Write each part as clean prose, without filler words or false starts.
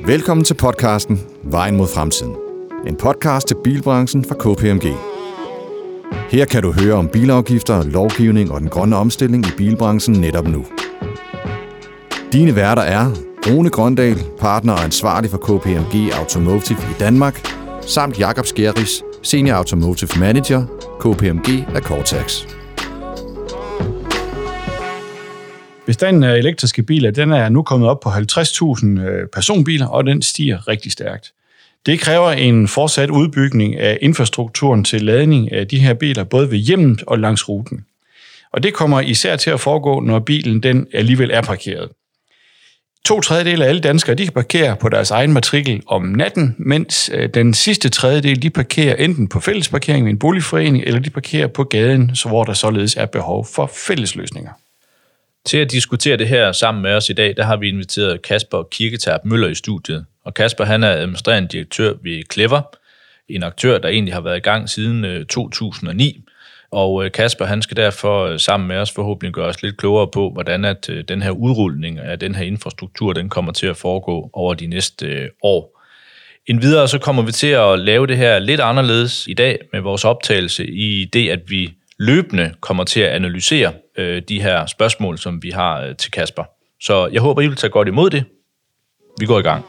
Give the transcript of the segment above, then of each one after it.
Velkommen til podcasten Vejen mod fremtiden. En podcast til bilbranchen fra KPMG. Her kan du høre om bilafgifter, lovgivning og den grønne omstilling i bilbranchen netop nu. Dine værter er Rune Grøndal, partner og ansvarlig for KPMG Automotive i Danmark, samt Jakob Skjerris, Senior Automotive Manager, KPMG af Cortex. Bestanden af elektriske biler, den er nu kommet op på 50.000 personbiler, og den stiger rigtig stærkt. Det kræver en fortsat udbygning af infrastrukturen til ladning af de her biler, både ved hjemmet og langs ruten. Og det kommer især til at foregå, når bilen den alligevel er parkeret. 2/3 af alle danskere, de kan parkere på deres egen matrikel om natten, mens den sidste tredjedel, de parkerer enten på fællesparkering ved en boligforening, eller de parkerer på gaden, hvor der således er behov for fællesløsninger. Til at diskutere det her sammen med os i dag, der har vi inviteret Kasper Kirketerp Møller i studiet. Og Kasper, han er administrerende direktør ved Clever, en aktør, der egentlig har været i gang siden 2009. Og Kasper, han skal derfor sammen med os forhåbentlig gøre os lidt klogere på, hvordan at den her udrulning af den her infrastruktur, den kommer til at foregå over de næste år. Endvidere så kommer vi til at lave det her lidt anderledes i dag med vores optagelse i det, at vi løbende kommer til at analysere de her spørgsmål, som vi har til Kasper. Så jeg håber, I vil tage godt imod det. Vi går i gang.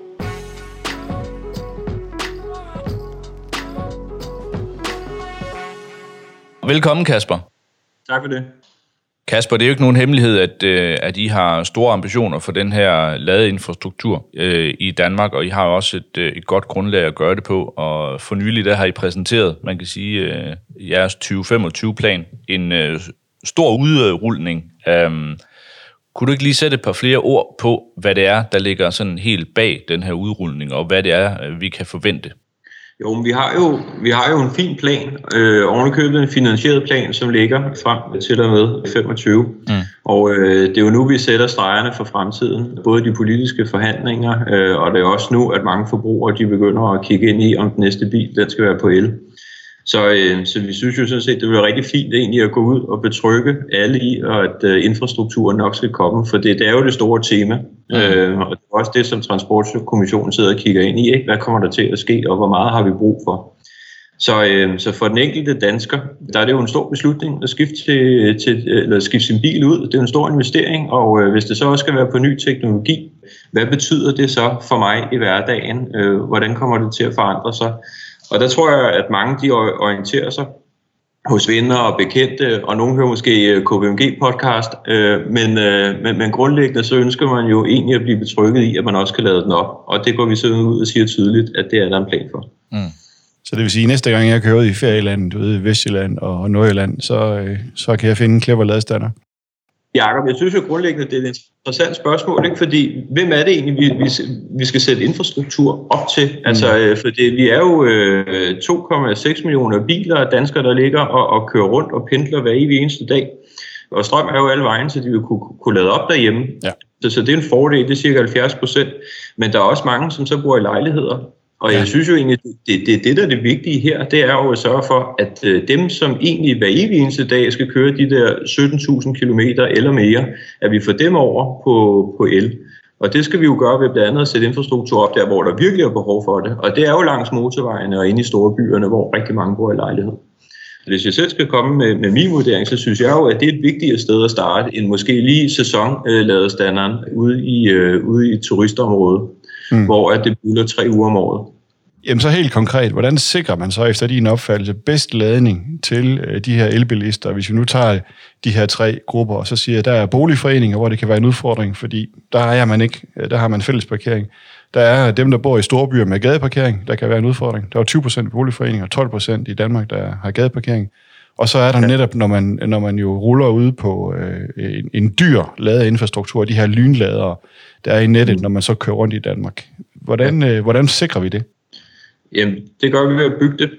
Velkommen, Kasper. Tak for det. Kasper, det er jo ikke nogen hemmelighed, at I har store ambitioner for den her ladeinfrastruktur i Danmark, og I har også et godt grundlag at gøre det på. Og for nylig der har I præsenteret, man kan sige, jeres 2025-plan, en stor udrulning. Kunne du ikke lige sætte et par flere ord på, hvad det er, der ligger sådan helt bag den her udrulning, og hvad det er, vi kan forvente? Jo, men vi har jo en fin plan, ovenikøbet en finansieret plan, som ligger frem til og med 25. Og det er jo nu, vi sætter stregerne for fremtiden, både de politiske forhandlinger, og det er også nu, at mange forbrugere de begynder at kigge ind i, om den næste bil den skal være på el. Så vi synes jo sådan set, det bliver rigtig fint egentlig at gå ud og betrygge alle i, at infrastrukturen nok skal komme, for det er jo det store tema. Og det er også det, som Transportkommissionen sidder og kigger ind i, ikke? Hvad kommer der til at ske, og hvor meget har vi brug for? Så for den enkelte dansker, der er det jo en stor beslutning at skifte sin bil ud. Det er en stor investering, og hvis det så også skal være på ny teknologi, hvad betyder det så for mig i hverdagen? Hvordan kommer det til at forandre sig? Og der tror jeg, at mange de orienterer sig hos venner og bekendte, og nogen hører måske KPMG-podcast, men grundlæggende så ønsker man jo egentlig at blive betrygget i, at man også kan lade den op. Og det går vi så ud og siger tydeligt, at det er der en plan for. Så det vil sige, at næste gang jeg kører ud i ferielandet, ude i Vestjylland og Nordjylland, så kan jeg finde en Clever ladestander. Jakob, jeg synes jo grundlæggende, det er et interessant spørgsmål, ikke? Fordi hvem er det egentlig, vi skal sætte infrastruktur op til? Altså, for vi er jo 2,6 millioner biler danskere, der ligger og kører rundt og pendler hver evig eneste dag. Og strøm er jo alle vejen, så de vil kunne lade op derhjemme. Ja. Så det er en fordel, det er cirka 70%. Men der er også mange, som så bor i lejligheder. Og jeg synes jo egentlig, det der er det vigtige her, det er jo at sørge for, at dem, som egentlig hver evig eneste dag skal køre de der 17.000 kilometer eller mere, at vi får dem over på el. Og det skal vi jo gøre ved blandt andet at sætte infrastruktur op der, hvor der virkelig er behov for det. Og det er jo langs motorvejene og inde i store byerne, hvor rigtig mange bor i lejlighed. Hvis jeg selv skal komme med min vurdering, så synes jeg jo, at det er et vigtigere sted at starte, end måske lige sæsonladestanderen ude i turistområdet. Hvor det buller 3 uger om året. Jamen så helt konkret, hvordan sikrer man så efter din opfattelse bedst ladning til de her elbilister, hvis vi nu tager de her 3 grupper, og så siger, at der er boligforeninger, hvor det kan være en udfordring, fordi der har man fælles parkering. Der er dem, der bor i store byer med gadeparkering, der kan være en udfordring. Der er 20% boligforeninger, 12% i Danmark, der har gadeparkering. Og så er der netop, når man jo ruller ude på en dyr ladeinfrastruktur, de her lynladere, der er i nettet, når man så kører rundt i Danmark. Hvordan sikrer vi det? Jamen, det gør vi ved at bygge det.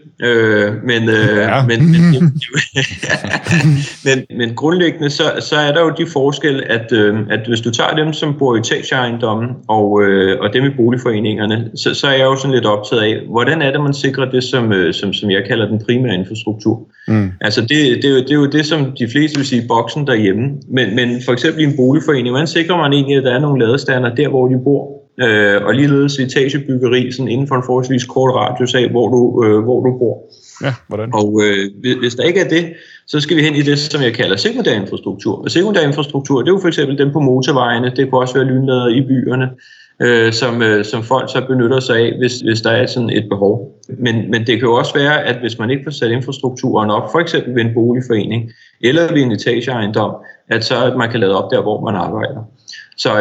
Men grundlæggende, så er der jo de forskelle, at hvis du tager dem, som bor i etageejendommen og dem i boligforeningerne, så er jeg jo sådan lidt optaget af, hvordan er det, man sikrer det, som jeg kalder den primære infrastruktur. Altså, det er jo det, som de fleste vil sige, boksen derhjemme. Men for eksempel i en boligforening, hvordan sikrer man egentlig, at der er nogle ladestander der, hvor de bor? og ligeledes etagebyggeri sådan inden for en forholdsvis kort radius af, hvor du bor. Ja, hvordan? Og hvis der ikke er det, så skal vi hen i det, som jeg kalder sekundær infrastruktur. Og sekundær infrastruktur, det er jo for eksempel dem på motorvejene, det kunne også være lynlader i byerne, som folk så benytter sig af, hvis der er sådan et behov. Men det kan jo også være, at hvis man ikke får sat infrastrukturen op, for eksempel ved en boligforening eller ved en etageejendom, at så at man kan lade op der, hvor man arbejder. Så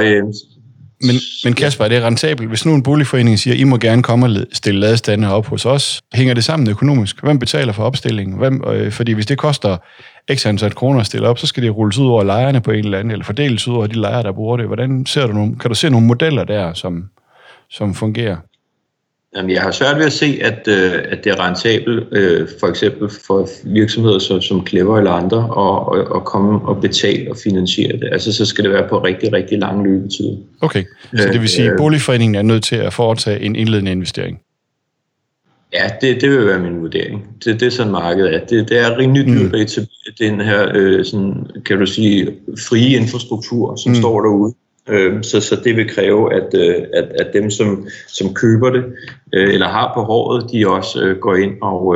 Men Kasper, er det rentabelt? Hvis nu en boligforening siger, I må gerne komme og stille ladestander op hos os, hænger det sammen økonomisk? Hvem betaler for opstillingen? Fordi hvis det koster x antal kroner at stille op, så skal det rulles ud over lejerne på en eller anden, eller fordeles ud over de lejere, der bruger det. Hvordan ser du kan du se nogle modeller der, som fungerer? Jamen, jeg har svært ved at se, at det er rentabelt, for eksempel for virksomheder som Clever eller andre, at komme og betale og finansiere det. Altså, så skal det være på rigtig, rigtig lang løbetid. Okay, så det vil sige, at boligforeningen er nødt til at foretage en indledende investering? Ja, det vil være min vurdering. Det er sådan markedet er. Det er rimelig dyrt at etablere den her, sådan, kan du sige, frie infrastruktur, som står derude. Så det vil kræve, at dem, som køber det, eller har behovet, de også går ind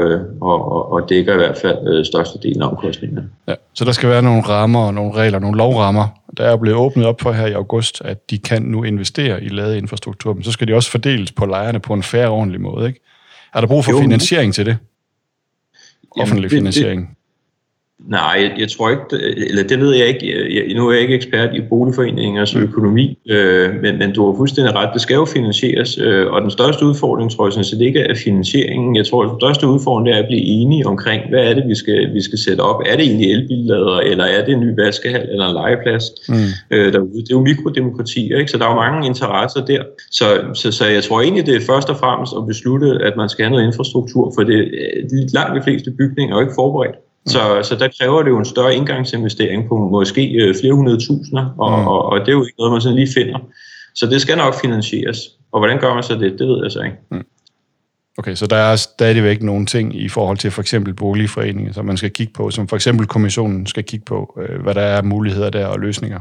og dækker i hvert fald størstedelen af omkostningerne. Ja, så der skal være nogle rammer og nogle regler, nogle lovrammer. Der er blevet åbnet op for her i august, at de kan nu investere i ladeinfrastruktur, men så skal de også fordeles på lejerne på en fair og ordentlig måde, ikke? Er der brug for finansiering til det? Offentlig finansiering? Nej, jeg tror ikke, eller det ved jeg ikke. Nu er jeg ikke ekspert i boligforeningers økonomi, men du har fuldstændig ret. Det skal jo finansieres, og den største udfordring, tror jeg sådan set ikke er finansieringen. Jeg tror, at den største udfordring er at blive enige omkring, hvad er det, vi skal sætte op. Er det egentlig elbillader, eller er det en ny vaskehal eller en legeplads derude? Det er jo mikrodemokrati, ikke? Så der er jo mange interesser der. Så jeg tror egentlig, det er først og fremmest at beslutte, at man skal have noget infrastruktur, for langt de fleste bygninger er jo ikke forberedt. Så der kræver det jo en større indgangsinvestering på måske flere 100.000, og det er jo ikke noget, man sådan lige finder. Så det skal nok finansieres. Og hvordan gør man så det? Det ved jeg så ikke. Okay, så der er stadigvæk nogle ting i forhold til for eksempel boligforeninger, som man skal kigge på, som for eksempel kommissionen skal kigge på, hvad der er muligheder der og løsninger.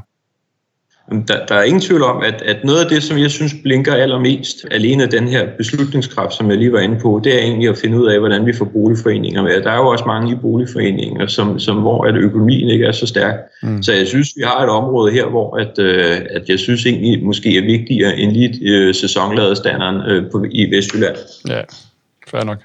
Der er ingen tvivl om, at noget af det, som jeg synes blinker allermest, alene den her beslutningskraft, som jeg lige var inde på, det er egentlig at finde ud af, hvordan vi får boligforeninger med. Der er jo også mange i boligforeninger, hvor at økonomien ikke er så stærk. Så jeg synes, vi har et område her, hvor at jeg synes egentlig måske er vigtigere end lige sæsonladestanderen i Vestjylland. Ja, fair nok.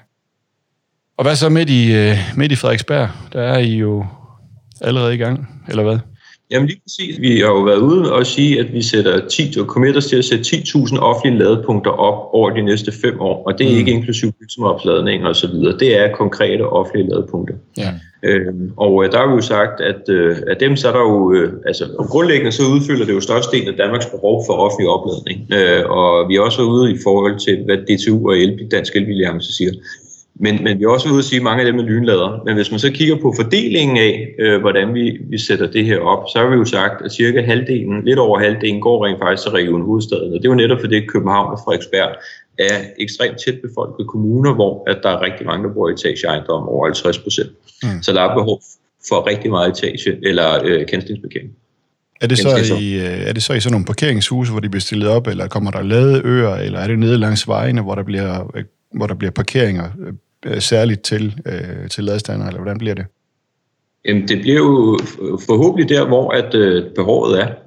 Og hvad så midt i Frederiksberg? Der er I jo allerede i gang, eller hvad? Jamen lige præcis. Vi har jo været ude og sige, at vi committer til at sætte 10.000 offentlige ladepunkter op over de næste 5 år, og det er ikke inklusiv virksomhedsopladning og så videre. Det er konkrete offentlige ladepunkter. Ja. Og der har vi jo sagt, at dem så er der jo, grundlæggende så udfylder det jo størstedelen af Danmarks behov for offentlig opladning. Og vi er også ude i forhold til, hvad DTU og Dansk Elbil-alliance siger. Men vi er også ude at sige, at mange af dem er lynlader. Men hvis man så kigger på fordelingen af, hvordan vi sætter det her op, så har vi jo sagt, at cirka halvdelen, lidt over halvdelen, går rent faktisk til Region Hovedstaden. Og det er jo netop fordi København og Frederiksberg er ekstremt tæt befolkede kommuner, hvor at der er rigtig mange, der bor i etageejendomme over 50%. Så der er behov for rigtig meget etage eller kantstensparkering. Er det så i sådan nogle parkeringshuse, hvor de bliver stillet op, eller kommer der ladeøer, eller er det nede langs vejene, hvor der bliver parkeringer særligt til ladestander, eller hvordan bliver det? Jamen, det bliver jo forhåbentlig der, hvor at behovet er.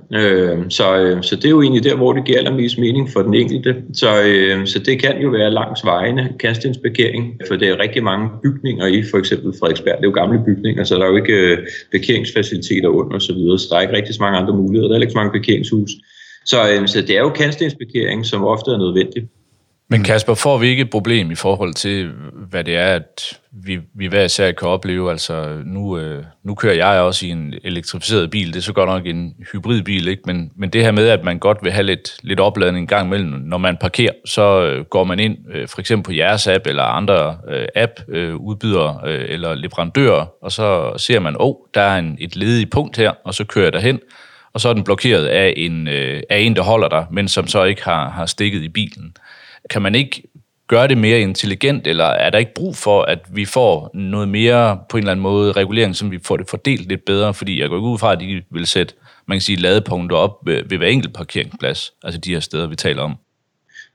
Så det er jo egentlig der, hvor det giver allermest mening for den enkelte. Så det kan jo være langs vejene, kantstensparkering, for det er rigtig mange bygninger i for eksempel Frederiksberg. Det er jo gamle bygninger, så der er jo ikke parkeringsfaciliteter under og så videre, så der er ikke rigtig så mange andre muligheder. Der er ikke så mange parkeringshus. Så det er jo kantstensparkering, som ofte er nødvendigt. Men Kasper, får vi ikke et problem i forhold til, hvad det er, at vi hver især kan opleve? Altså, nu kører jeg også i en elektrificeret bil. Det er så godt nok en hybridbil, ikke? Men det her med, at man godt vil have lidt opladning en gang imellem, når man parkerer, så går man ind for eksempel på jeres app eller andre app-udbydere eller leverandører, og så ser man, der er et ledigt punkt her, og så kører jeg derhen, og så er den blokeret af en, der holder der, men som så ikke har stikket i bilen. Kan man ikke gøre det mere intelligent, eller er der ikke brug for, at vi får noget mere på en eller anden måde regulering, som vi får det fordelt lidt bedre? Fordi jeg går ikke ud fra, at de vil sætte, man kan sige, ladepunkter op ved hver enkelt parkeringsplads, altså de her steder, vi taler om.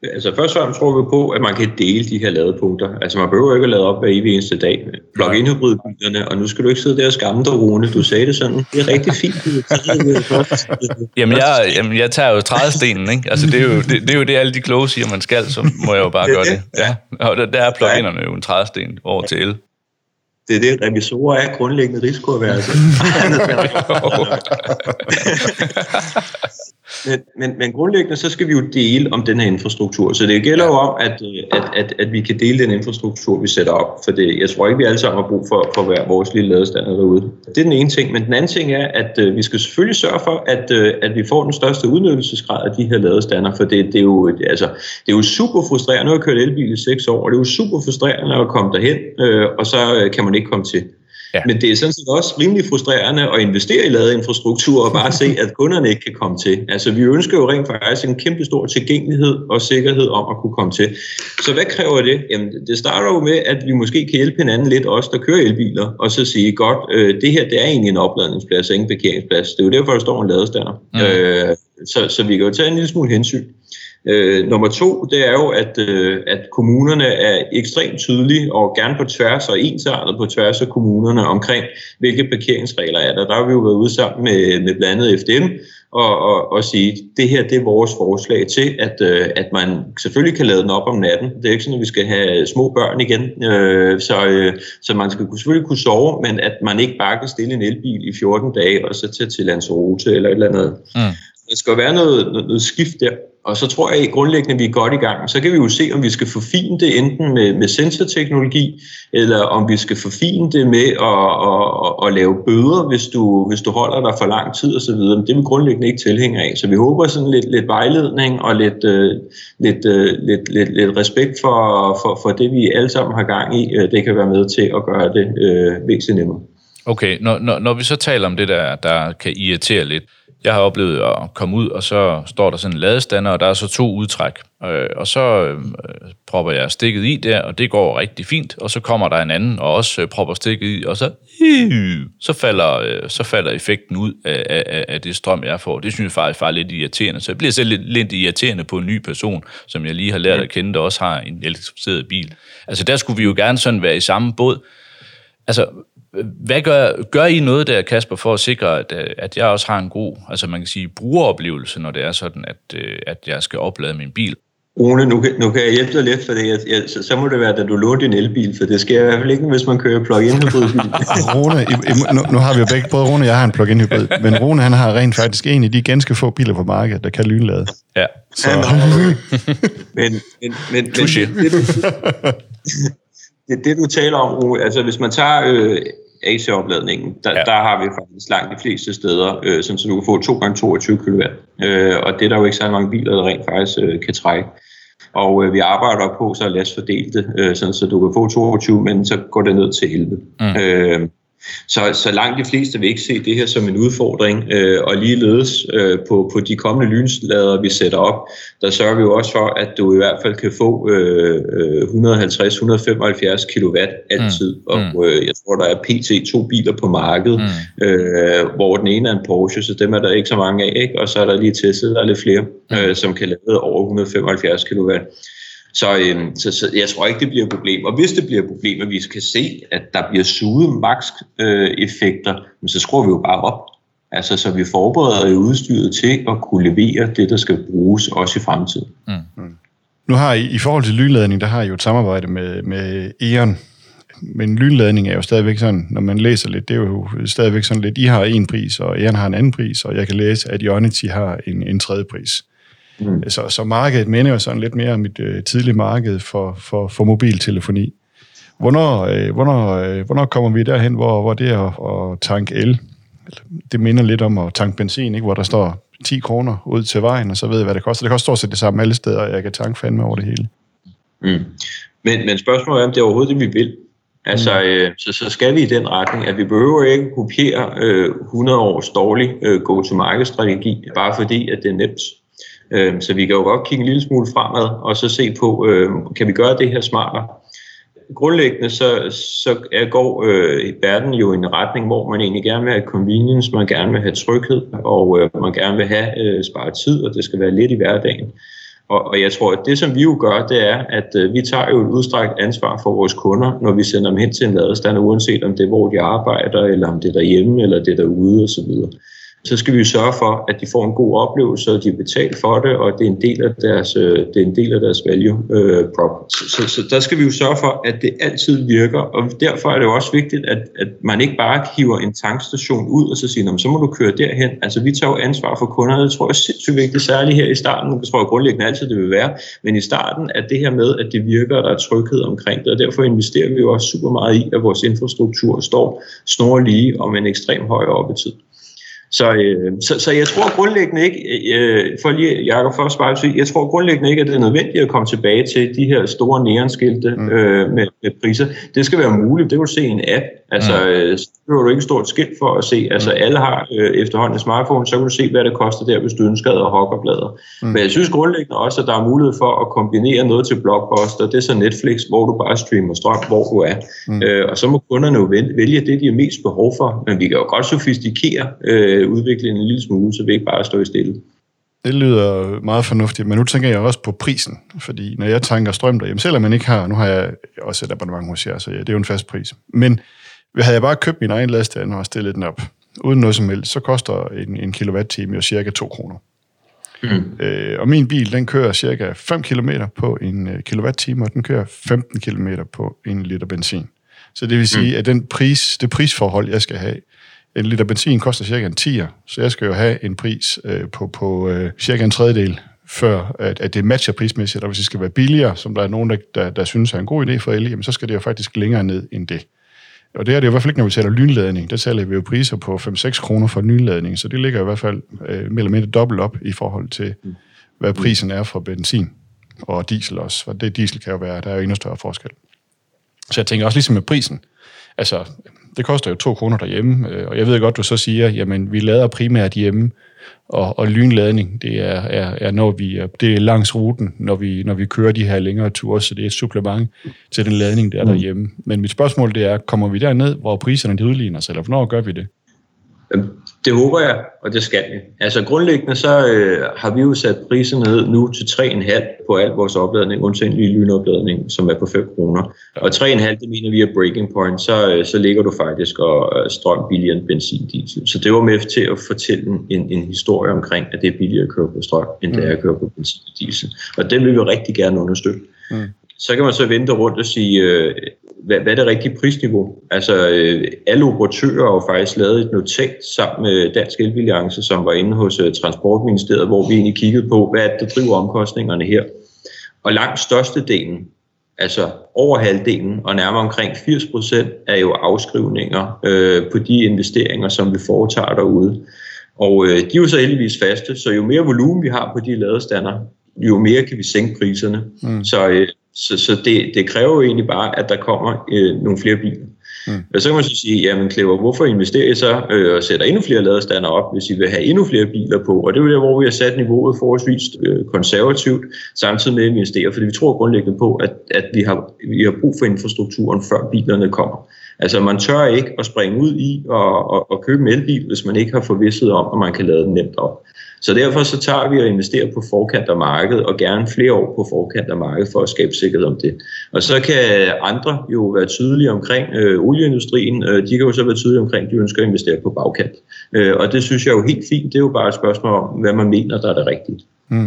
Altså først og fremmest tror vi på, at man kan dele de her ladepunkter. Altså man behøver ikke at lade op hver evig eneste dag. Plug-in hybridbilerne, og nu skal du ikke sidde der og skamme dig, Rune. Du sagde det sådan. Det er rigtig fint. Jamen jeg tager jo trædestenen, ikke? Altså det er jo det, alle de kloge siger, man skal, så må jeg jo bare gøre det. Ja. Og der er plug-inerne jo en trædesten over til el. Det er det, revisorer er grundlæggende risikoaverse. Men grundlæggende, så skal vi jo dele om den her infrastruktur. Så det gælder jo om, at vi kan dele den infrastruktur, vi sætter op. For jeg tror ikke, vi alle sammen har brug for hver vores lille ladestander derude. Det er den ene ting. Men den anden ting er, at vi skal selvfølgelig sørge for, at vi får den største udnyttelsesgrad af de her ladestander. For det er jo super frustrerende. Nu har jeg kørt elbil i 6 år, og det er jo super frustrerende at komme derhen, og så kan man ikke komme til. Ja. Men det er sådan set også rimelig frustrerende at investere i ladeinfrastruktur og bare se, at kunderne ikke kan komme til. Altså vi ønsker jo rent faktisk en kæmpe stor tilgængelighed og sikkerhed om at kunne komme til. Så hvad kræver det? Jamen det starter jo med, at vi måske kan hjælpe hinanden lidt, os der kører elbiler, og så sige, godt, det her det er egentlig en opladningsplads og ingen parkeringsplads. Det er jo derfor, der står en ladestander. Så vi kan jo tage en lille smule hensyn. Nummer 2, det er jo, at kommunerne er ekstremt tydelige og gerne på tværs og ensartet på tværs af kommunerne omkring, hvilke parkeringsregler er der. Der har vi jo været ude sammen med blandt andet FDM og sige, det her det er vores forslag til, at man selvfølgelig kan lade den op om natten. Det er ikke sådan, at vi skal have små børn igen, så man skal selvfølgelig kunne sove, men at man ikke bare kan stille en elbil i 14 dage og så tage til Lanzarote eller et eller andet. Der skal være noget skift der. Og så tror jeg grundlæggende, at vi er godt i gang. Så kan vi jo se, om vi skal forfine det enten med sensorteknologi, eller om vi skal forfine det med at lave bøder, hvis du holder dig for lang tid osv. Men det er vi grundlæggende ikke tilhængere af. Så vi håber sådan lidt vejledning og lidt respekt for det, vi alle sammen har gang i. Det kan være med til at gøre det væsentligt nemmere. Okay, når vi så taler om det der kan irritere lidt. Jeg har oplevet at komme ud, og så står der sådan en ladestander, og der er så 2 udtræk. Og så propper jeg stikket i der, og det går rigtig fint. Og så kommer der en anden, og også propper stikket i, og så falder effekten ud af det strøm, jeg får. Det synes jeg faktisk er lidt irriterende. Så jeg bliver selv lidt irriterende på en ny person, som jeg lige har lært at kende, der også har en elektrificeret bil. Altså der skulle vi jo gerne sådan være i samme båd. Altså, hvad gør I noget der, Kasper, for at sikre, at jeg også har en god, altså man kan sige, brugeroplevelse, når det er sådan, at jeg skal oplade min bil? Rune, nu kan jeg hjælpe dig lidt, for det. Så må det være, da du låner din elbil, for det sker i hvert fald ikke, hvis man kører plug-in hybridbil. Rune, nu har vi jo begge, både Rune og jeg har en plug-in hybrid, men Rune han har rent faktisk en af de ganske få biler på markedet, der kan lynlade. Ja. Så. Men det du taler om, Rune, altså hvis man tager AC-opladningen, der har vi faktisk langt de fleste steder, sådan så du kan få 2x22 kW. Og det er der jo ikke så mange biler, der rent faktisk kan trække. Og vi arbejder på så at lastfordele det, sådan så du kan få 22, men så går det ned til 11. Så langt de fleste vil ikke se det her som en udfordring, og ligeledes på de kommende lynlader, vi sætter op, der sørger vi jo også for, at du i hvert fald kan få 150-175 kW altid, og jeg tror, der er pt. 2 biler på markedet, hvor den ene er en Porsche, så dem er der ikke så mange af, ikke? Og så er der lige Tesla, der er lidt flere, som kan lade over 175 kW. Så jeg tror ikke, det bliver et problem. Og hvis det bliver et problem, at vi skal se, at der bliver suget maks-effekter, så skruer vi jo bare op. Altså, så vi forbereder udstyret til at kunne levere det, der skal bruges også i fremtiden. Nu har I forhold til lynladning, der har I jo et samarbejde med E.ON. Men lynladning er jo stadigvæk sådan, når man læser lidt, det er jo stadigvæk sådan lidt, I har en pris, og E.ON har en anden pris, og jeg kan læse, at Ionity har en tredje pris. Så markedet minder jo sådan lidt mere om et tidligt marked for mobiltelefoni. Hvornår kommer vi derhen, hvor det er at tanke el, det minder lidt om at tanke benzin, ikke? Hvor der står 10 kroner ud til vejen, og så ved jeg, hvad det koster. Det koster stort set det samme alle steder, og jeg kan tanke fandme over det hele. Men spørgsmålet er, om det er overhovedet det, vi vil. Altså, så skal vi i den retning, at vi behøver ikke kopiere 100 års dårlig go-to-market-strategi, bare fordi, at det er nemt. Så vi kan jo godt kigge en lille smule fremad, og så se på, kan vi gøre det her smartere? Grundlæggende så går verden jo i en retning, hvor man egentlig gerne vil have convenience, man gerne vil have tryghed, og man gerne vil have spare tid, og det skal være lidt i hverdagen. Og jeg tror, at det, som vi jo gør, det er, at vi tager jo et udstrakt ansvar for vores kunder, når vi sender dem hen til en ladestander, uanset om det er, hvor de arbejder, eller om det er derhjemme, eller det er derude osv. Så skal vi jo sørge for, at de får en god oplevelse, og de er betalt for det, og det er en del af deres value prop. Så der skal vi jo sørge for, at det altid virker, og derfor er det jo også vigtigt, at man ikke bare hiver en tankstation ud, og så siger, så må du køre derhen. Altså vi tager jo ansvar for kunderne, det tror jeg er sindssygt vigtigt, særligt her i starten, det tror jeg grundlæggende altid det vil være, men i starten er det her med, at det virker, og der er tryghed omkring det, og derfor investerer vi jo også super meget i, at vores infrastruktur står snorlige og med en ekstrem høj oppetid. Så jeg tror grundlæggende ikke, for lige Jakob først bare at sige, jeg tror grundlæggende ikke, at det er nødvendigt at komme tilbage til de her store neonskilte med priser. Det skal være muligt, det vil du se i en app. Altså, så behøver du ikke et stort skilt for at se. Altså, alle har efterhånden en smartphone, så kan du se, hvad det koster der, hvis du ønsker at hokkerblader. Men jeg synes grundlæggende også, at der er mulighed for at kombinere noget til Blockbuster. Det er så Netflix, hvor du bare streamer strøm, hvor du er. Og så må kunderne jo vælge det, de har mest behov for. Men vi kan jo godt sofistikere udviklingen en lille smule, så vi ikke bare står i stille. Det lyder meget fornuftigt, men nu tænker jeg også på prisen, fordi når jeg tanker strøm derhjemme, selvom man ikke har, nu har jeg også et abonnement hos jer, så det er jo en fast pris, men havde jeg bare købt min egen ladestander og stillet den op, uden noget som helst, så koster en kilowatt-time jo cirka 2 kroner. Og min bil, den kører cirka 5 km på en kilowatt-time, og den kører 15 km på en liter benzin. Så det vil sige, at det prisforhold, jeg skal have, en liter benzin koster cirka en 10'er, så jeg skal jo have en pris på cirka en tredjedel, før at det matcher prismæssigt. Og hvis det skal være billigere, som der er nogen, der synes er en god idé for el, jamen, så skal det jo faktisk længere ned end det. Og det er det jo i hvert fald ikke, når vi taler lynladning. Der taler vi jo priser på 5-6 kroner for lynladning, så det ligger i hvert fald mere eller mindre dobbelt op i forhold til, hvad prisen er for benzin og diesel også. Og det diesel kan jo være, der er jo endnu større forskel. Så jeg tænker også ligesom med prisen. Altså, det koster jo 2 kroner derhjemme, og jeg ved godt, du så siger, jamen, vi lader primært hjemme, og lynladning, det er når det er langs ruten, når vi kører de her længere ture, så det er et supplement til den ladning, der er derhjemme. Men mit spørgsmål, det er, kommer vi derned, hvor priserne de udligner sig, eller hvornår gør vi det? Det håber jeg, og det skal vi. Altså grundlæggende så har vi jo sat priserne ned nu til 3,5 på al vores opladning, undtagen lige lynopladning, som er på 5 kroner. Og 3,5, det mener vi er breaking point, så ligger du faktisk og strøm billigere end benzin, diesel. Så det var med til at fortælle en historie omkring, at det er billigere at køre på strøm, end det er at køre på benzin og diesel. Og det vil vi rigtig gerne understøtte. Så kan man så vente rundt og sige, hvad er det rigtige prisniveau? Altså, alle operatører har jo faktisk lavet et notat sammen med Dansk Elbilliance, som var inde hos Transportministeriet, hvor vi egentlig kiggede på, hvad er det, der driver omkostningerne her. Og langt størstedelen, altså over halvdelen og nærmere omkring 80%, er jo afskrivninger på de investeringer, som vi foretager derude. Og de er jo så heldigvis faste, så jo mere volumen vi har på de ladestander, jo mere kan vi sænke priserne. Så det kræver jo egentlig bare, at der kommer nogle flere biler. Og så kan man så sige, jamen Clever, hvorfor investerer I så og sætter endnu flere ladestander op, hvis I vil have endnu flere biler på? Og det er jo der, hvor vi har sat niveauet forholdsvis konservativt, samtidig med at investere, fordi vi tror grundlæggende på, at vi har brug for infrastrukturen, før bilerne kommer. Altså man tør ikke at springe ud i og købe en elbil, hvis man ikke har forvisset om, at man kan lade den nemt op. Så derfor så tager vi og investerer på forkant af markedet, og gerne flere år på forkant af markedet, for at skabe sikkerhed om det. Og så kan andre jo være tydelige omkring olieindustrien, de kan jo så være tydelige omkring, de ønsker at investere på bagkant. Og det synes jeg jo helt fint, det er jo bare et spørgsmål om, hvad man mener, der er det rigtige.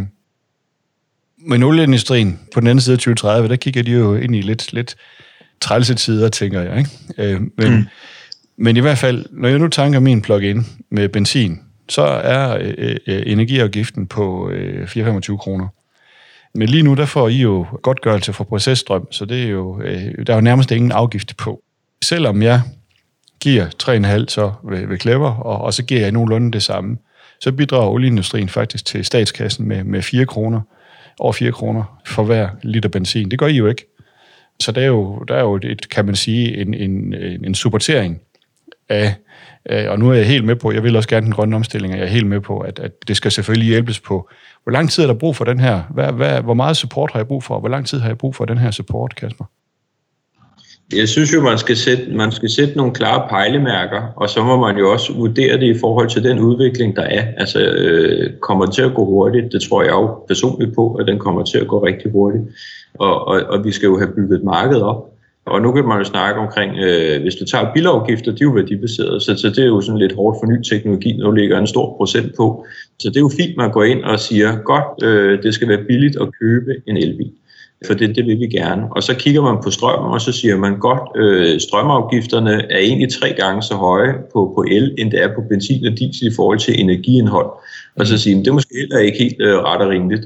Men olieindustrien, på den anden side af 2030, der kigger de jo ind i lidt trælse tider, tænker jeg, ikke? Men i hvert fald, når jeg nu tanker min plug-in med benzin, så er energiafgiften på 4-25 kroner. Men lige nu, der får I jo godtgørelse for processtrøm, så det er jo, der er jo nærmest ingen afgift på. Selvom jeg giver 3,5 så ved Clever, og så giver jeg nogenlunde det samme, så bidrager olieindustrien faktisk til statskassen med 4 kroner, over 4 kroner for hver liter benzin. Det gør I jo ikke. Så der er jo et, kan man sige, en supportering af, og nu er jeg helt med på, jeg vil også gerne den grønne omstilling, og jeg er helt med på, at det skal selvfølgelig hjælpes på. Hvor lang tid er der brug for den her? Hvor meget support har jeg brug for? Hvor lang tid har jeg brug for den her support, Kasper? Jeg synes jo, man skal sætte nogle klare pejlemærker, og så må man jo også vurdere det i forhold til den udvikling, der er. Altså, kommer det til at gå hurtigt? Det tror jeg jo personligt på, at den kommer til at gå rigtig hurtigt. Og vi skal jo have bygget et marked op. Og nu kan man jo snakke omkring, hvis du tager bilafgifter, de er jo værdibaserede, så det er jo sådan lidt hårdt for ny teknologi, når der ligger en stor procent på. Så det er jo fint, man går ind og siger, godt, det skal være billigt at købe en elbil. For det vil vi gerne. Og så kigger man på strøm, og så siger man godt, strømafgifterne er egentlig 3 gange så høje på el, end det er på benzin og diesel i forhold til energiindhold. Og så siger man, det er måske heller ikke helt ret og rimeligt.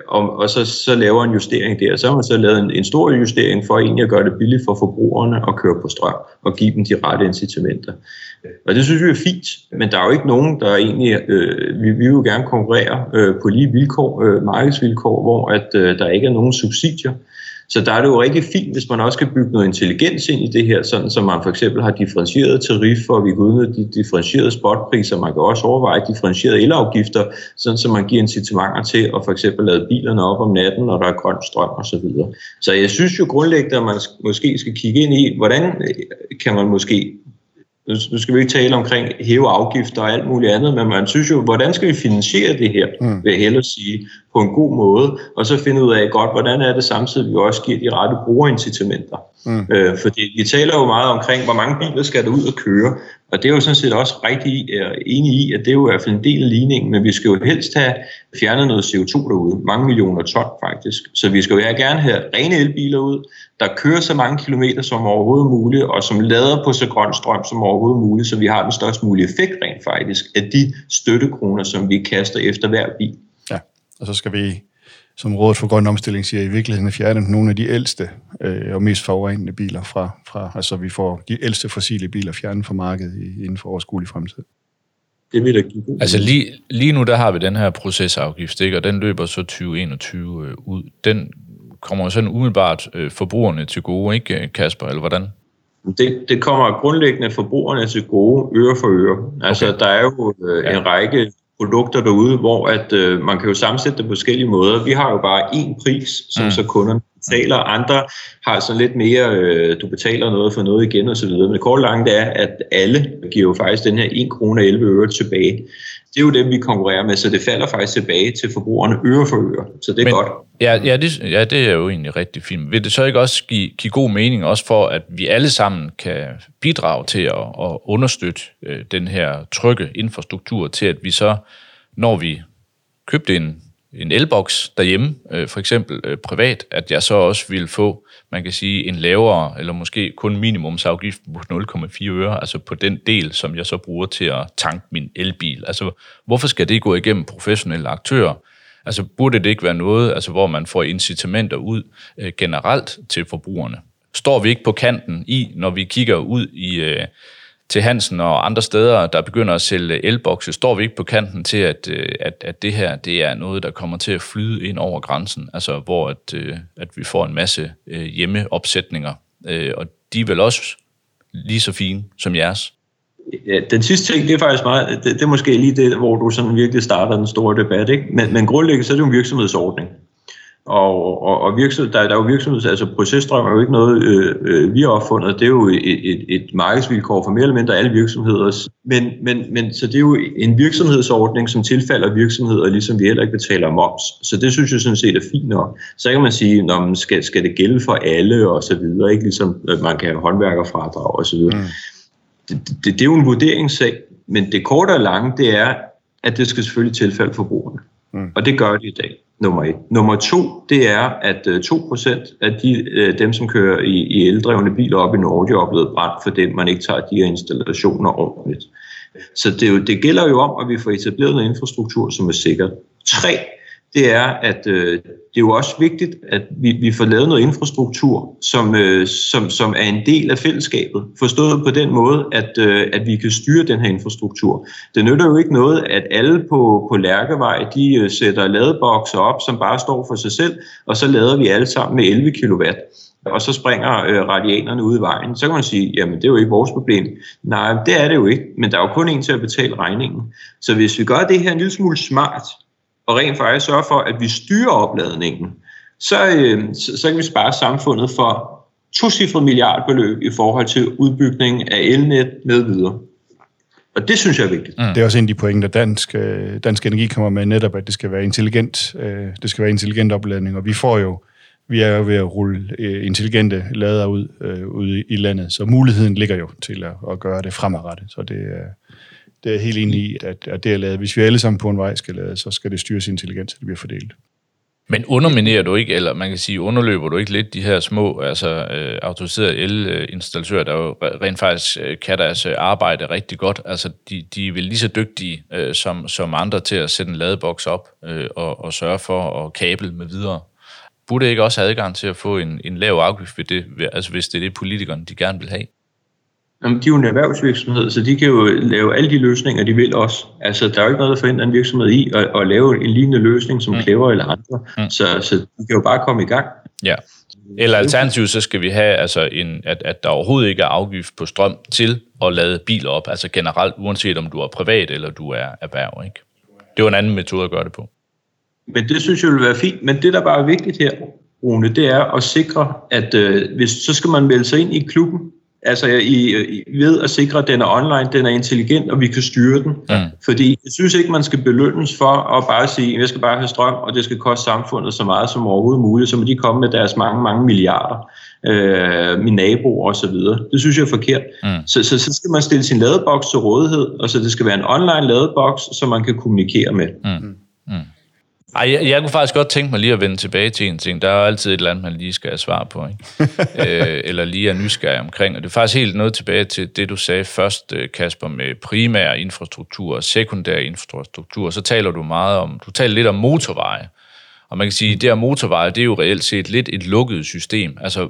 Og så laver en justering der. Så har man så lavet en stor justering for egentlig at gøre det billigt for forbrugerne at køre på strøm og give dem de rette incitamenter. Og det synes vi er fint, men der er jo ikke nogen, der egentlig... vi vil jo gerne konkurrere på lige vilkår, markedsvilkår, hvor at der ikke er nogen subsidier. Så der er det jo rigtig fint, hvis man også kan bygge noget intelligens ind i det her, sådan så man for eksempel har differentieret tariffer, og vi kan udnytte de differentierede spotpriser. Man kan også overveje differentierede elafgifter, sådan så man giver incitamenter til at for eksempel lade bilerne op om natten, når der er grøn strøm osv. Så jeg synes jo grundlæggende, at man måske skal kigge ind i, hvordan kan man måske... Nu skal vi ikke tale omkring hæve afgifter og alt muligt andet, men man synes jo, hvordan skal vi finansiere det her, vil jeg hellere sige, på en god måde, og så finde ud af godt, hvordan er det samtidig, vi også giver de rette brugerincitamenter. Fordi vi taler jo meget omkring, hvor mange biler skal der ud og køre, og det er jo sådan set også rigtig enig i, at det er jo i hvert fald en del af ligningen, men vi skal jo helst have fjernet noget CO2 derude, mange millioner ton faktisk. Så vi skal jo gerne have rene elbiler ud, der kører så mange kilometer som overhovedet muligt, og som lader på så grøn strøm som overhovedet muligt, så vi har den størst mulige effekt rent faktisk af de støttekroner, som vi kaster efter hver bil. Ja, og så skal vi, som Rådet for Grøn Omstilling siger, i virkeligheden fjerne nogle af de ældste og mest forurenende biler fra altså vi får de ældste fossile biler fjernet fra markedet inden for overskuelig fremtid. Det vil da give god. Altså lige nu, der har vi den her procesafgift, ikke? Og den løber så 2021 ud. Den kommer sådan umiddelbart forbrugerne til gode, ikke Kasper, eller hvordan? Det kommer grundlæggende forbrugerne til gode, øre for øre. Altså, okay. Der er jo en række produkter derude, hvor at man kan jo sammensætte det på forskellige måder. Vi har jo bare én pris, som så kunderne betaler. Andre har sådan lidt mere, du betaler noget for noget igen og så videre. Men det korte langt er, at alle giver jo faktisk den her 1 krone 11 øre tilbage. Det er jo det, vi konkurrerer med, så det falder faktisk tilbage til forbrugerne øre for øre. Så det er godt. Ja, det er jo egentlig rigtig fint. Vil det så ikke også give god mening, også for at vi alle sammen kan bidrage til at understøtte den her trygge infrastruktur til, at vi så, når vi købte en elboks derhjemme, for eksempel privat, at jeg så også vil få, man kan sige, en lavere, eller måske kun minimumsafgift på 0,4 øre, altså på den del, som jeg så bruger til at tanke min elbil. Altså, hvorfor skal det gå igennem professionelle aktører? Altså, burde det ikke være noget, altså, hvor man får incitamenter ud generelt til forbrugerne? Står vi ikke på kanten når vi kigger ud til Hansen og andre steder, der begynder at sælge elbokse, står vi ikke på kanten til, at det her, det er noget, der kommer til at flyde ind over grænsen, altså hvor at vi får en masse hjemmeopsætninger, og de er vel også lige så fine som jeres? Ja, den sidste ting, det er faktisk meget, det er måske lige det, hvor du sådan virkelig starter den store debat, ikke? Men grundlæggende så er det jo en virksomhedsordning. Og der er jo altså processtrøm er jo ikke noget, vi har opfundet. Det er jo et markedsvilkår for mere eller mindre alle virksomheder. Men så det er jo en virksomhedsordning, som tilfalder virksomheder, ligesom vi heller ikke betaler moms. Så det synes jeg sådan set er fint nok. Så kan man sige, når man skal det gælde for alle og så videre, ikke ligesom man kan have håndværkerfradrag og så videre. Det er jo en vurderingssag, men det korte og lange, det er, at det skal selvfølgelig tilfalde forbrugerne. Og det gør det i dag. Nummer 1. Nummer 2, det er, at 2% af dem, som kører i eldrevne biler op i Norge, de er oplevet brand, fordi man ikke tager de her installationer ordentligt. Så det gælder jo om, at vi får etableret noget infrastruktur, som er sikkert. 3, det er, at det er jo også vigtigt, at vi får lavet noget infrastruktur, som er en del af fællesskabet. Forstået på den måde, at vi kan styre den her infrastruktur. Det nytter jo ikke noget, at alle på Lærkevej, de sætter ladebokser op, som bare står for sig selv, og så lader vi alle sammen med 11 kW. Og så springer radianerne ud i vejen. Så kan man sige, jamen det er jo ikke vores problem. Nej, det er det jo ikke, men der er jo kun en til at betale regningen. Så hvis vi gør det her en lille smule smart, og rent faktisk sørge for, at vi styrer opladningen, så kan vi spare samfundet for tocifret milliardbeløb i forhold til udbygning af elnet med videre. Og det synes jeg er vigtigt. Det er også en af de pointer, Dansk Energi kommer med, netop at det skal være intelligent opladning, og vi er jo ved at rulle intelligente lader ud ude i landet, så muligheden ligger jo til at gøre det fremadrettet. Så det er helt enig i, at det er lavet. Hvis vi alle sammen på en vej skal lade, så skal det styres intelligent, så det bliver fordelt. Men underminerer du ikke, eller man kan sige, underløber du ikke lidt de her små, autoriserede elinstallatører, der jo rent faktisk kan deres arbejde rigtig godt? Altså, de er vel lige så dygtige som andre til at sætte en ladeboks op og sørge for at kabel med videre. Burde ikke også have adgang til at få en lav afgift ved det, altså hvis det er det, politikerne de gerne vil have? Jamen, de er jo en erhvervsvirksomhed, så de kan jo lave alle de løsninger, de vil også. Altså, der er jo ikke noget, der forhindrer en virksomhed i at lave en lignende løsning, som Clever eller andre. Så de kan jo bare komme i gang. Ja. Eller alternativt, så skal vi have at der overhovedet ikke er afgift på strøm til at lade biler op, altså generelt, uanset om du er privat eller du er erhverv, ikke? Det er jo en anden metode at gøre det på. Men det synes jeg vil være fint. Men det, der bare er vigtigt her, Rune, det er at sikre, at så skal man melde sig ind i klubben, altså ved at sikre, at den er online, den er intelligent, og vi kan styre den. Fordi jeg synes ikke, man skal belønnes for at bare sige, at jeg skal bare have strøm, og det skal koste samfundet så meget som overhovedet muligt, så må de komme med deres mange milliarder, mine naboer og så videre. Det synes jeg er forkert. Så skal man stille sin ladeboks til rådighed, og så det skal være en online ladeboks, som man kan kommunikere med. Ej, jeg kunne faktisk godt tænke mig lige at vende tilbage til en ting. Der er jo altid et eller andet, man lige skal have svar på, ikke? Eller lige er nysgerrig omkring. Og det er faktisk helt noget tilbage til det, du sagde først, Kasper, med primær infrastruktur og sekundær infrastruktur. Så taler du taler lidt om motorveje. Og man kan sige, at det her motorveje, det er jo reelt set lidt et lukket system. Altså,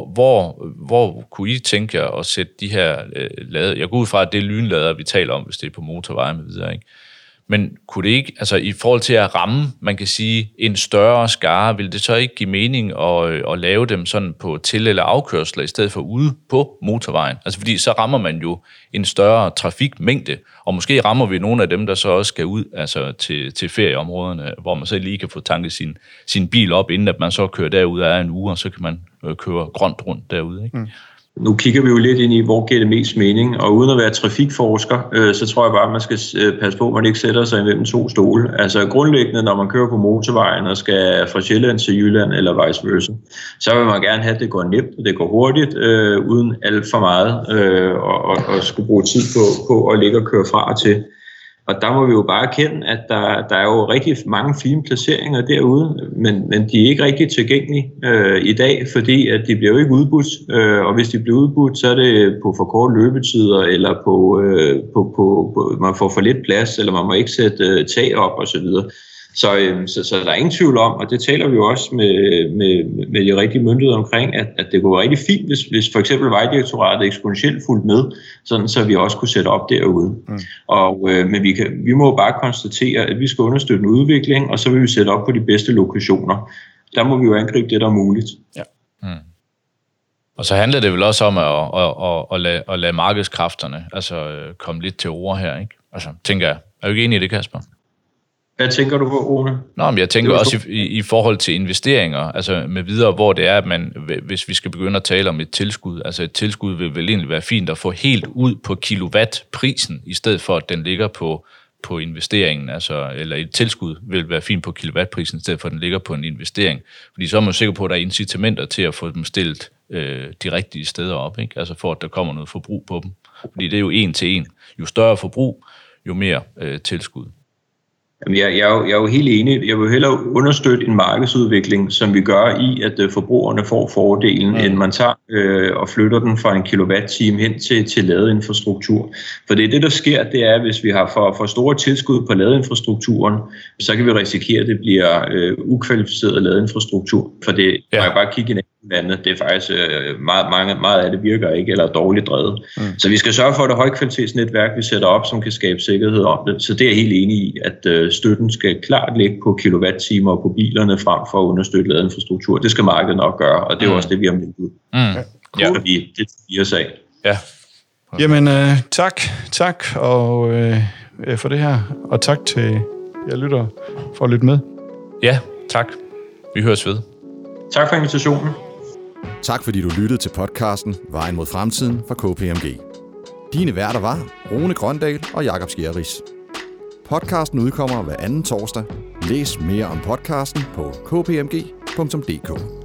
hvor kunne I tænke jer at sætte de her lader? Jeg går ud fra, at det er lynlader, vi taler om, hvis det er på motorveje med videre, ikke? Men kunne det ikke, altså i forhold til at ramme, man kan sige, en større skare, vil det så ikke give mening at lave dem sådan på til- eller afkørsler, i stedet for ude på motorvejen? Altså fordi så rammer man jo en større trafikmængde, og måske rammer vi nogle af dem, der så også skal ud altså til ferieområderne, hvor man så lige kan få tanket sin bil op, inden at man så kører derud af en uge, og så kan man køre grønt rundt derude, ikke? Nu kigger vi jo lidt ind i, hvor giver det mest mening, og uden at være trafikforsker, så tror jeg bare, at man skal passe på, at man ikke sætter sig imellem to stole. Altså grundlæggende, når man kører på motorvejen og skal fra Sjælland til Jylland eller vice versa, så vil man gerne have, at det går nemt, og det går hurtigt, uden alt for meget, og skulle bruge tid på at ligge og køre fra og til. Og der må vi jo bare erkende, at der er jo rigtig mange fine placeringer derude, men de er ikke rigtig tilgængelige i dag, fordi at de bliver jo ikke udbudt. Og hvis de bliver udbudt, så er det på for korte løbetider, eller på man får for lidt plads, eller man må ikke sætte tag op osv. Så der er ingen tvivl om, og det taler vi jo også med de rigtige myndigheder omkring, at det kunne være rigtig fint, hvis for eksempel Vejdirektoratet eksponentielt fulgte med, sådan så vi også kunne sætte op derude. Men vi må bare konstatere, at vi skal understøtte en udvikling, og så vil vi sætte op på de bedste lokationer. Der må vi jo angribe det, der er muligt. Ja. Og så handler det vel også om at lade markedskræfterne komme lidt til ord her, ikke? Altså, tænker jeg. Er du ikke enig i det, Kasper? Hvad tænker du på, Rune? Nå, men jeg tænker også i forhold til investeringer, altså med videre, hvor det er, at man, hvis vi skal begynde at tale om et tilskud, altså et tilskud vil vel egentlig være fint at få helt ud på kilowattprisen, i stedet for at den ligger på investeringen, altså, eller et tilskud vil være fint på kilowattprisen, i stedet for at den ligger på en investering. Fordi så er man sikker på, at der er incitamenter til at få dem stillet de rigtige steder op, ikke? Altså for, at der kommer noget forbrug på dem. Fordi det er jo 1 til 1. Jo større forbrug, jo mere tilskud. Jamen, jeg er jo helt enig. Jeg vil hellere understøtte en markedsudvikling, som vi gør i, at forbrugerne får fordelen, end man tager og flytter den fra en kilowatt-time hen til ladeinfrastruktur. For det der sker, det er, at hvis vi har for store tilskud på ladeinfrastrukturen, så kan vi risikere, at det bliver ukvalificeret ladeinfrastruktur. For det kan jeg bare kigge ind i landet. Det er faktisk meget af det virker ikke, eller er dårligt drevet. Så vi skal sørge for, at det højkvalitetsnetværk, vi sætter op, som kan skabe sikkerhed om det. Så det er jeg helt enig i, at støtten skal klart ligge på kilowatt-timer og på bilerne frem for at understøtte ladeinfrastruktur. Det skal markedet nok gøre, og det er også det, vi har meldt ud. Fordi det er sag. Ja. Jamen, tak og, for det her, og tak til jer lyttere for at lytte med. Ja, tak. Vi høres ved. Tak for invitationen. Tak fordi du lyttede til podcasten Vejen mod fremtiden fra KPMG. Dine værter var Rune Grøndal og Jakob Skjerris. Podcasten udkommer hver anden torsdag. Læs mere om podcasten på kpmg.dk.